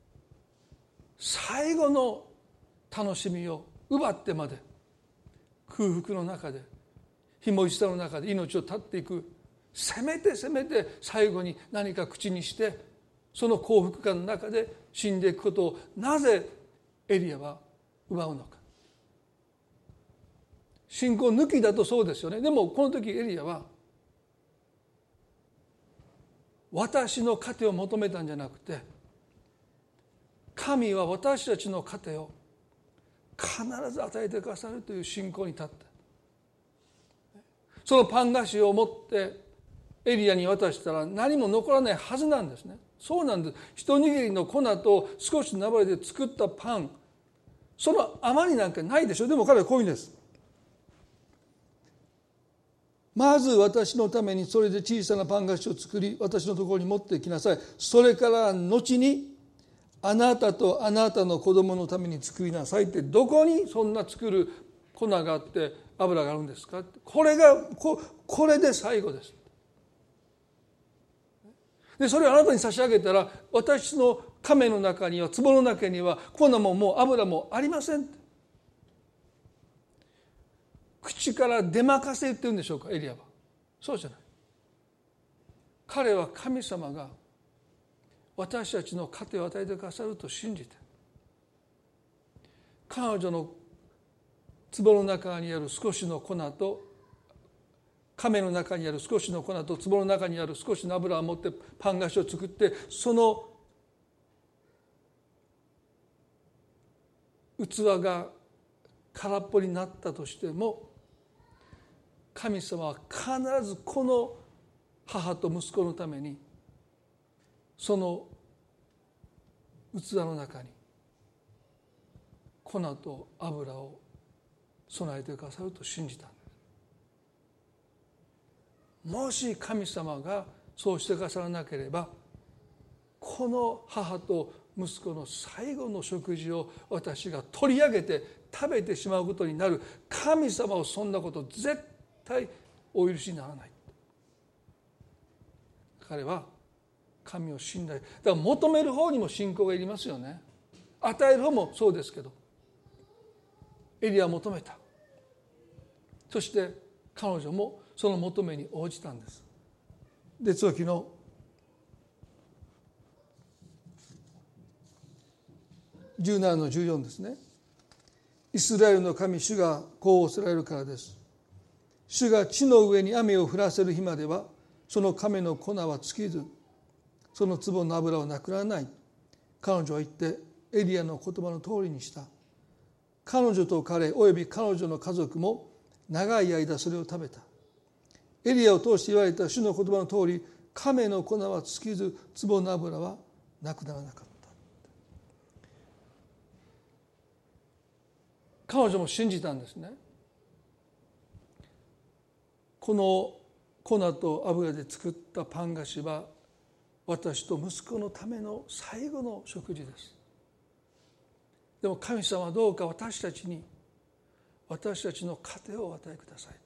最後の楽しみを奪ってまで空腹の中で、ひもじさの中で命を絶っていく。せめて最後に何か口にしてその幸福感の中で死んでいくことをなぜエリアは奪うのか。信仰抜きだとそうですよね。でもこの時エリアは私の糧を求めたんじゃなくて、神は私たちの糧を必ず与えてくださるという信仰に立った。そのパン菓子を持ってエリアに渡したら何も残らないはずなんですね。そうなんです。一握りの粉と少しの油で作ったパン、その余りなんかないでしょ。でも彼はこういうんです。まず私のためにそれで小さなパン菓子を作り、私のところに持ってきなさい。それから後にあなたとあなたの子供のために作りなさいって、どこにそんな作る粉があって油があるんですか。これで最後です。でそれをあなたに差し上げたら、私の亀の中には壺の中には粉ももう油もありません。口から出まかせ言ってるんでしょうか、エリアは。そうじゃない。彼は神様が私たちの糧を与えてくださると信じて、彼女の壺の中にある少しの粉と、亀の中にある少しの粉と壺の中にある少しの油を持ってパン菓子を作って、その器が空っぽになったとしても、神様は必ずこの母と息子のためにその器の中に粉と油を備えてくださると信じたんです。もし神様がそうしてくださらなければ、この母と息子の最後の食事を私が取り上げて食べてしまうことになる。神様はそんなこと絶対お許しにならない。彼は神を信頼、だから求める方にも信仰がいりますよね。与える方もそうですけど、エリアは求めた。そして彼女もその求めに応じたんです。列王記の17の14ですね。イスラエルの神主がこう仰せられるからです。主が地の上に雨を降らせる日まではその亀の粉は尽きず、その壺の油はなくならない。彼女は言ってエリアの言葉の通りにした。彼女と彼および彼女の家族も長い間それを食べた。エリアを通して言われた主の言葉の通り、亀の粉は尽きず、壺の油はなくならなかった。彼女も信じたんですね。この粉と油で作ったパン菓子は私と息子のための最後の食事です。でも神様はどうか私たちに私たちの糧をお与えください。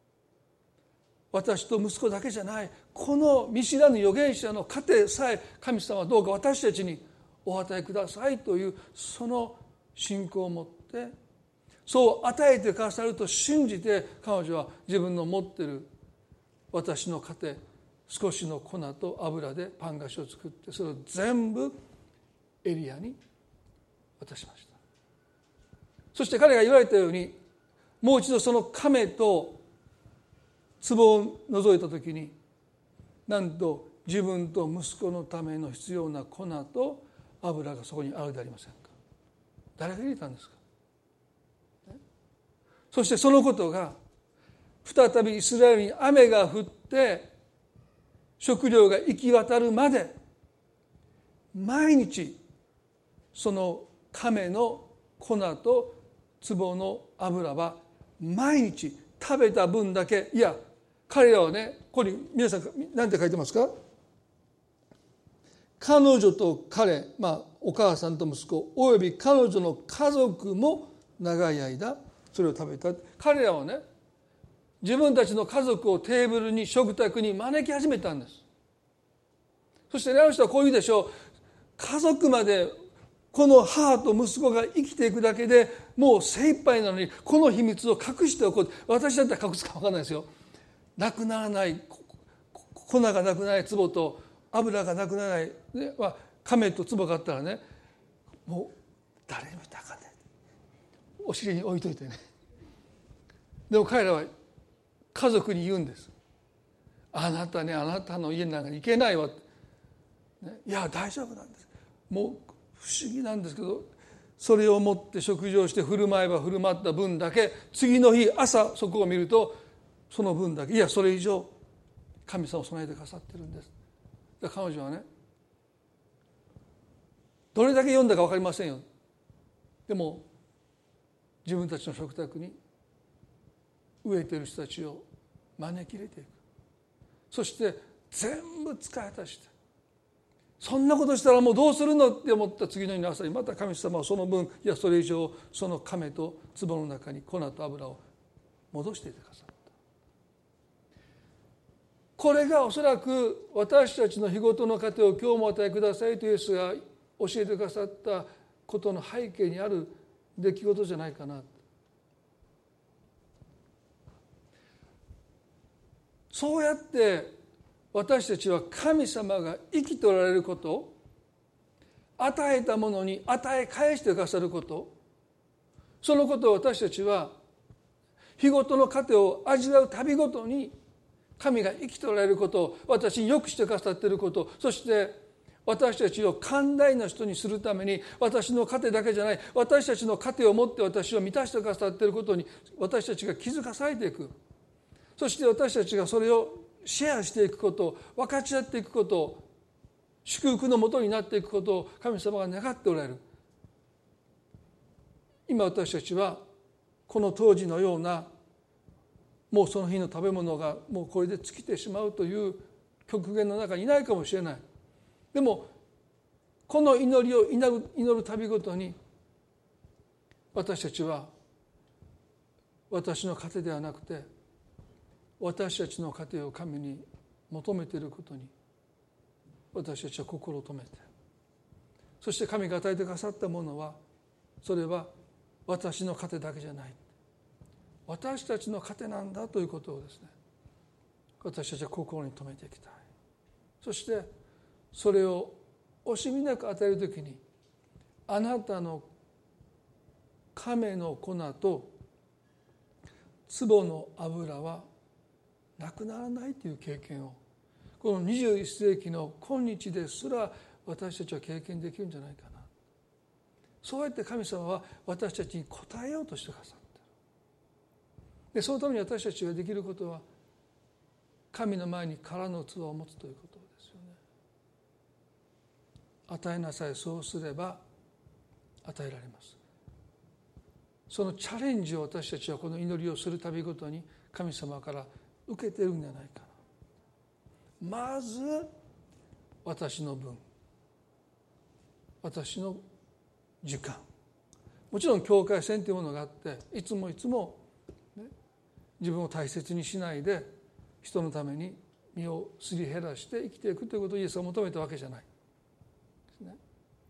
私と息子だけじゃない、この見知らぬ預言者の糧さえ神様はどうか私たちにお与えくださいというその信仰を持って、そう与えてくださると信じて、彼女は自分の持っている私の糧、少しの粉と油でパン菓子を作って、それを全部エリアに渡しました。そして彼が言われたように、もう一度その亀と壺を覗いたときに、なんと自分と息子のための必要な粉と油がそこにあるでありませんか。誰が入れたんですか。そしてそのことが再びイスラエルに雨が降って食料が行き渡るまで、毎日その亀の粉と壺の油は毎日食べた分だけ、いや彼らはね、ここに皆さん何て書いてますか。彼女と彼、お母さんと息子および彼女の家族も長い間それを食べた。彼らはね、自分たちの家族をテーブルに食卓に招き始めたんです。そしてあの人はこう言うでしょう。家族までこの母と息子が生きていくだけでもう精一杯なのに、この秘密を隠しておこう。私だったら隠すか分からないですよ。なくならない粉がなくならない壺と油がなくならない、ね、亀と壺があったらね、もう誰にも言ったらあかんね、お尻に置いといてね。でも彼らは家族に言うんです。あなたね、あなたの家の中に行けないわ、ね、いや大丈夫なんです。もう不思議なんですけど、それを持って食事をして振る舞えば振る舞った分だけ、次の日朝そこを見るとその分だけ、いやそれ以上神様を備えてくださってるんです。彼女はね、どれだけ読んだか分かりませんよ。でも自分たちの食卓に飢えている人たちを招き入れていく。そして全部使い果たして、そんなことしたらもうどうするのって思った次の日の朝にまた神様はその分、いやそれ以上その亀と壺の中に粉と油を戻していてくださった。これがおそらく私たちの日ごとの糧を今日もお与えくださいとイエスが教えてくださったことの背景にある出来事じゃないかな。そうやって私たちは神様が生きておられること、与えたものに与え返してくださること、そのことを私たちは日ごとの糧を味わうたびごとに神が生きておられることを、私によくしてくださっていること、そして私たちを寛大な人にするために、私の糧だけじゃない、私たちの糧を持って私を満たしてくださっていることに私たちが気づかされていく。そして私たちがそれをシェアしていくこと、分かち合っていくこと、祝福のもとになっていくことを神様が願っておられる。今私たちはこの当時のような、もうその日の食べ物がもうこれで尽きてしまうという極限の中にいないかもしれない。でもこの祈りを祈るたびごとに、私たちは私の糧ではなくて私たちの糧を神に求めていることに私たちは心を止めて、そして神が与えてくださったものは、それは私の糧だけじゃない、私たちの糧なんだということをですね、私たちは心に留めていきたい。そしてそれを惜しみなく与えるときに、あなたの亀の粉と壺の油はなくならないという経験を、この21世紀の今日ですら私たちは経験できるんじゃないかな。そうやって神様は私たちに応えようとしてくださっている。でそのために私たちができることは、神の前に空の器を持つということですよね。与えなさい、そうすれば与えられます。そのチャレンジを私たちはこの祈りをするたびごとに神様から受けているんじゃないかな。まず私の分、私の時間、もちろん境界線というものがあって、いつも、ね、自分を大切にしないで人のために身をすり減らして生きていくということをイエスが求めたわけじゃないですね。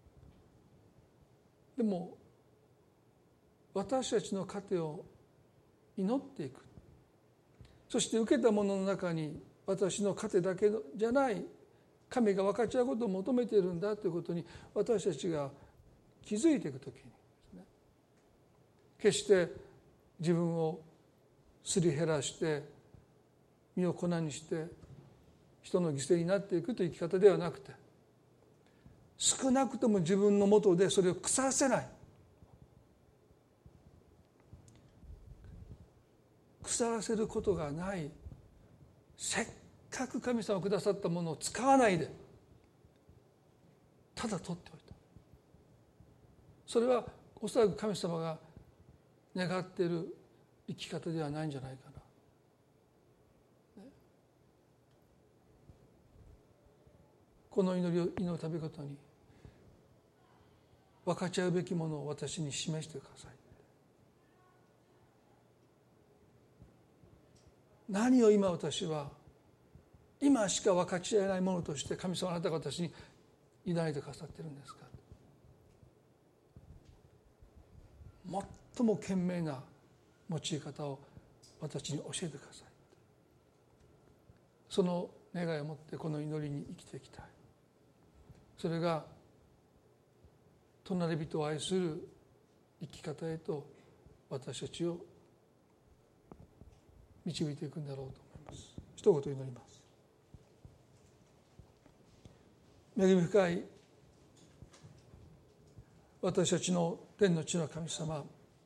でも私たちの糧を祈っていく、そして受けたものの中に私の糧だけじゃない神が分かち合うことを求めているんだということに私たちが気づいていくときにですね、決して自分をすり減らして身を粉にして人の犠牲になっていくという生き方ではなくて、少なくとも自分のもとでそれを腐らせない、腐らせることがない、せっかく神様がくださったものを使わないでただ取っておいた。それはおそらく神様が願っている生き方ではないんじゃないかな。この祈りを祈るたびごとに分かち合うべきものを私に示してください。何を今私は今しか分かち合えないものとして神様あなたが私に委ねてくださっているんですか。最も賢明な用い方を私に教えてください。その願いを持ってこの祈りに生きていきたい。それが隣人を愛する生き方へと私たちを導いていくんだろうと思います。一言祈ります。恵み深い私たちの天の地の神様、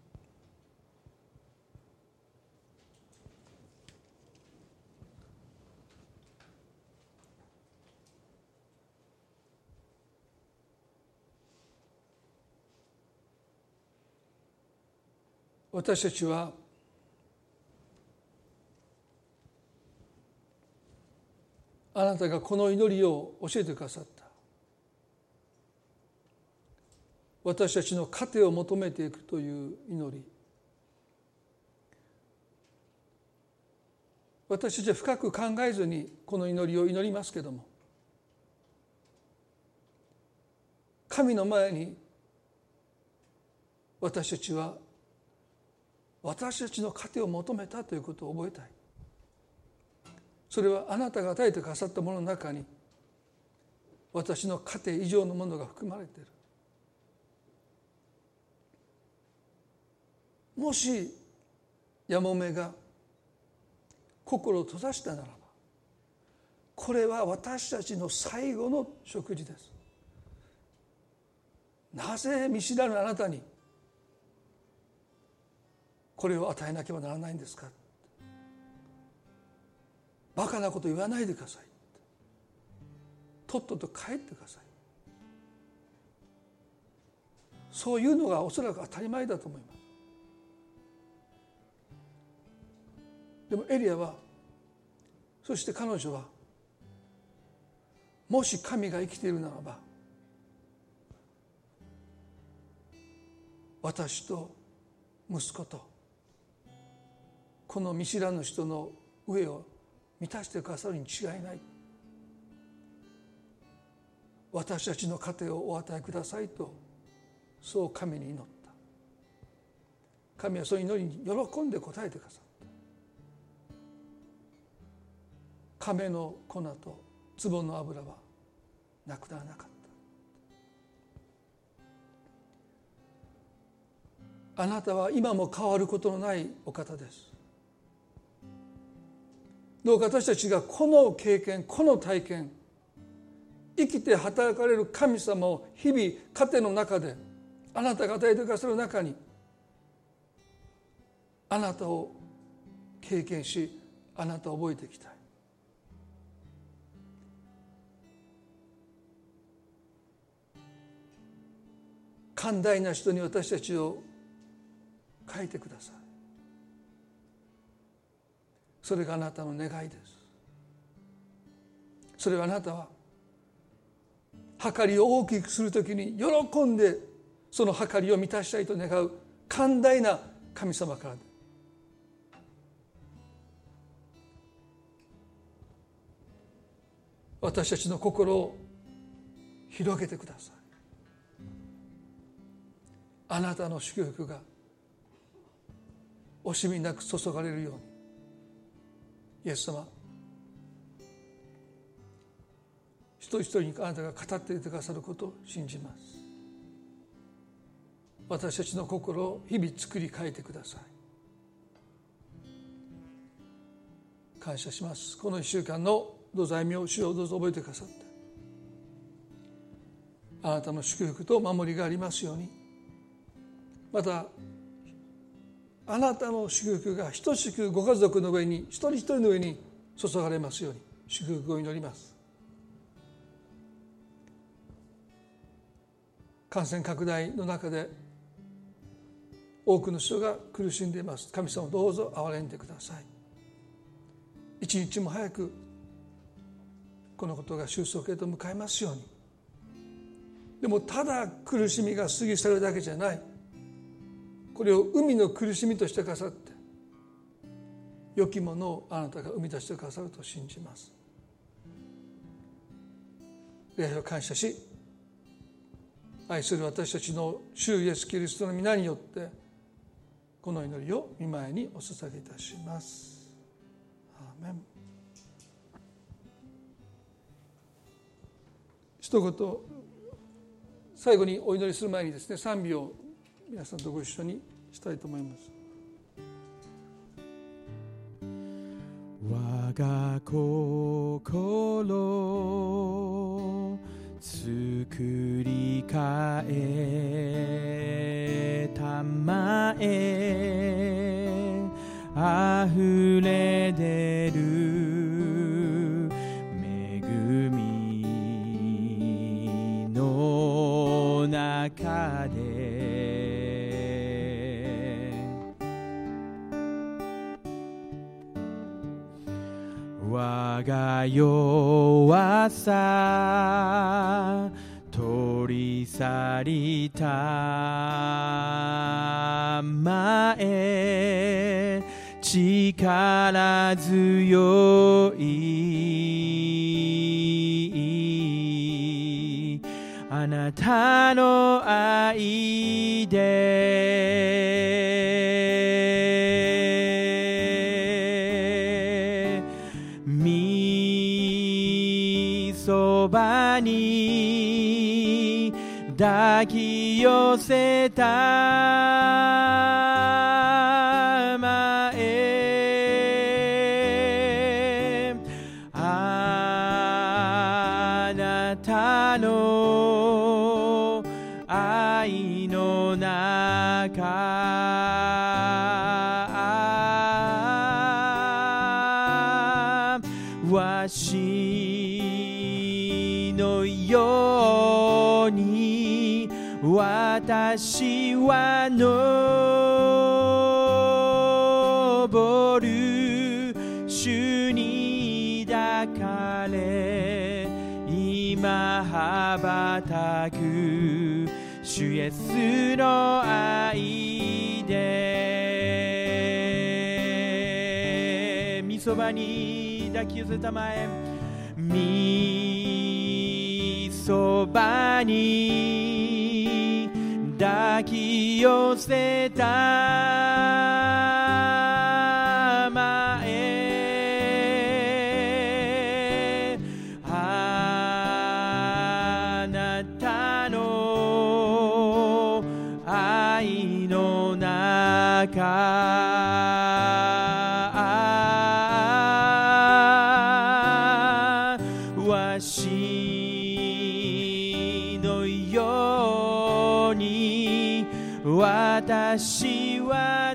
私たちはあなたがこの祈りを教えてくださった。私たちの糧を求めていくという祈り、私たちは深く考えずにこの祈りを祈りますけども、神の前に私たちは私たちの糧を求めたということを覚えたい。それはあなたが与えてくださったものの中に私の糧以上のものが含まれている。もしやもめが心を閉ざしたならば、これは私たちの最後の食事です。なぜ見知らぬあなたにこれを与えなければならないんですか。バカなこと言わないでください。とっとと帰ってください。そういうのがおそらく当たり前だと思います。でもエリアは、そして彼女は、もし神が生きているならば、私と息子とこの見知らぬ人の上を満たしてくださるに違いない。私たちの糧をお与えくださいと、そう神に祈った。神はその祈りに喜んで応えてくださった。亀の粉と壺の油はなくならなかった。あなたは今も変わることのないお方です。どうか私たちがこの経験、この体験、生きて働かれる神様を日々糧の中で、あなたが与えてくださる中に、あなたを経験し、あなたを覚えていきたい。寛大な人に私たちを書いてください。それがあなたの願いです。それはあなたは計りを大きくするときに喜んでその計りを満たしたいと願う寛大な神様からで、私たちの心を広げてください。あなたの祝福が惜しみなく注がれるように、イエス様、一人一人にあなたが語っていてくださることを信じます。私たちの心を日々作り変えてください。感謝します。この1週間のどうぞ歩みを主をどうぞ覚えてくださって、あなたの祝福と守りがありますように、またあなたの祝福が等しくご家族の上に一人一人の上に注がれますように祝福を祈ります。感染拡大の中で多くの人が苦しんでいます。神様どうぞ憐れんでください。一日も早くこのことが収束へと向かいますように。でもただ苦しみが過ぎ去るだけじゃない、これを海の苦しみとしてくださって良きものをあなたが生み出してくださると信じます。礼拝を感謝し、愛する私たちの主イエスキリストの皆によってこの祈りを御前にお捧げいたします。アーメン。一言最後にお祈りする前にですね、賛美を皆さんとご一緒にしたいと思います。
我が心作り変えたまえ溢れ出る恵みの中で我が弱さ取り去りたまえ力強いあなたの愛で御そばに抱き寄せたまえあなたの愛の中わしのように私は登る主に抱かれ今羽ばたく主イエスの愛で御そばに抱き寄せたまえ御そばに抱き寄せたまえあなたの愛の中わしのように私は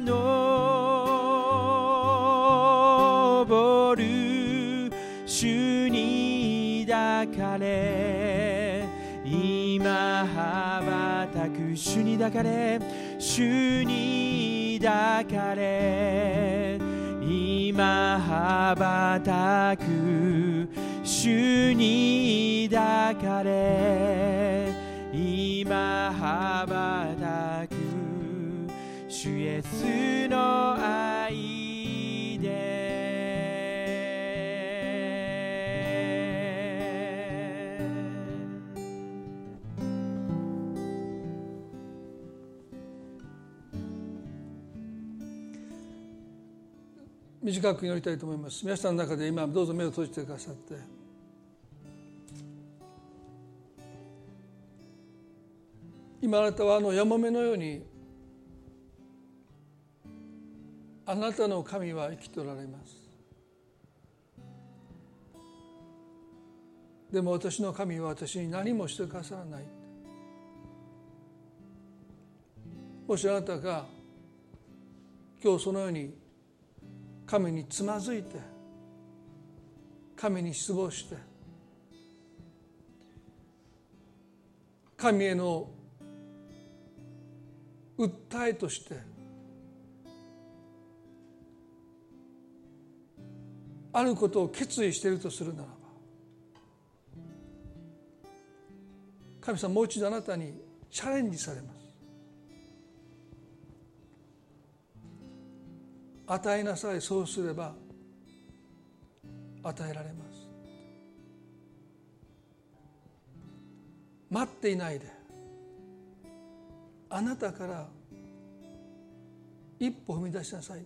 登る主に抱かれ今羽ばたく主に抱かれ主に抱かれ今羽ばたく主に抱中で今羽ばたく主イエスの愛で
短く祈りたいと思います。皆さんの中で今どうぞ目を閉じてくださって、今あなたはヤモメのようにあなたの神は生きておられます。でも私の神は私に何もしてくださらない。もしあなたが今日そのように神につまずいて、神に失望して、神への訴えとしてあることを決意しているとするならば、神様もう一度あなたにチャレンジされます。与えなさい、そうすれば与えられます。待っていないで、あなたから一歩踏み出しなさい。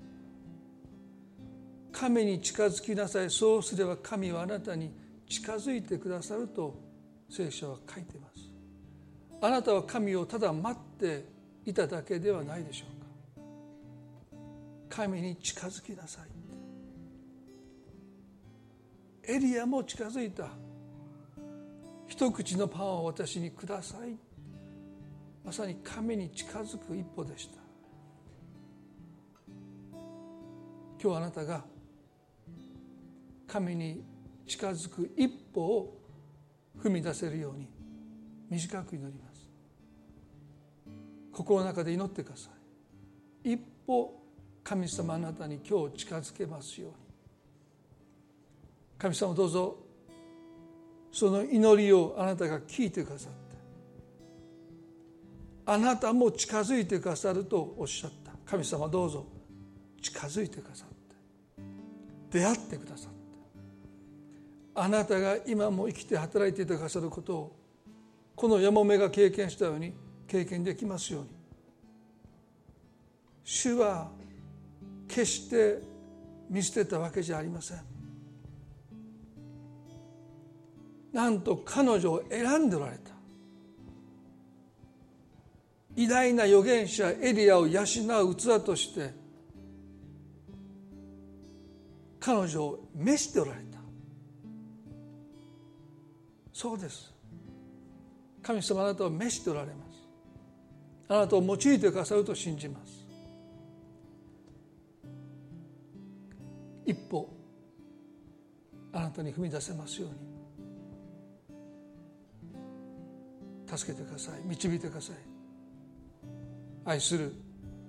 神に近づきなさい、そうすれば神はあなたに近づいてくださると聖書は書いています。あなたは神をただ待っていただけではないでしょうか。神に近づきなさい。エリアも近づいた。一口のパンを私にください。まさに神に近づく一歩でした。今日あなたが神に近づく一歩を踏み出せるように短く祈ります。心の中で祈ってください。一歩神様あなたに今日近づけますように。神様どうぞその祈りをあなたが聞いてくださって、あなたも近づいてくださるとおっしゃった。神様どうぞ近づいてくださって出会ってくださって、あなたが今も生きて働いていてくださることをこのヤモメが経験したように経験できますように。主は決して見捨てたわけじゃありません。なんと彼女を選んでおられた。偉大な預言者エリアを養う器として彼女を召しておられた。そうです。神様あなたを召しておられます。あなたを用いてくださると信じます。一歩あなたに踏み出せますように助けてください。導いてください。愛する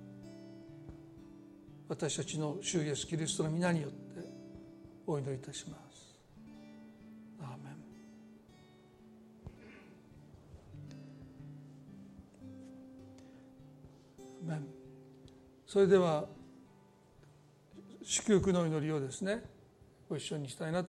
私たちの主イエスキリストの皆によってお祈りいたします。アーメン。アーメン。それでは祝福の祈りをですねご一緒にしたいなと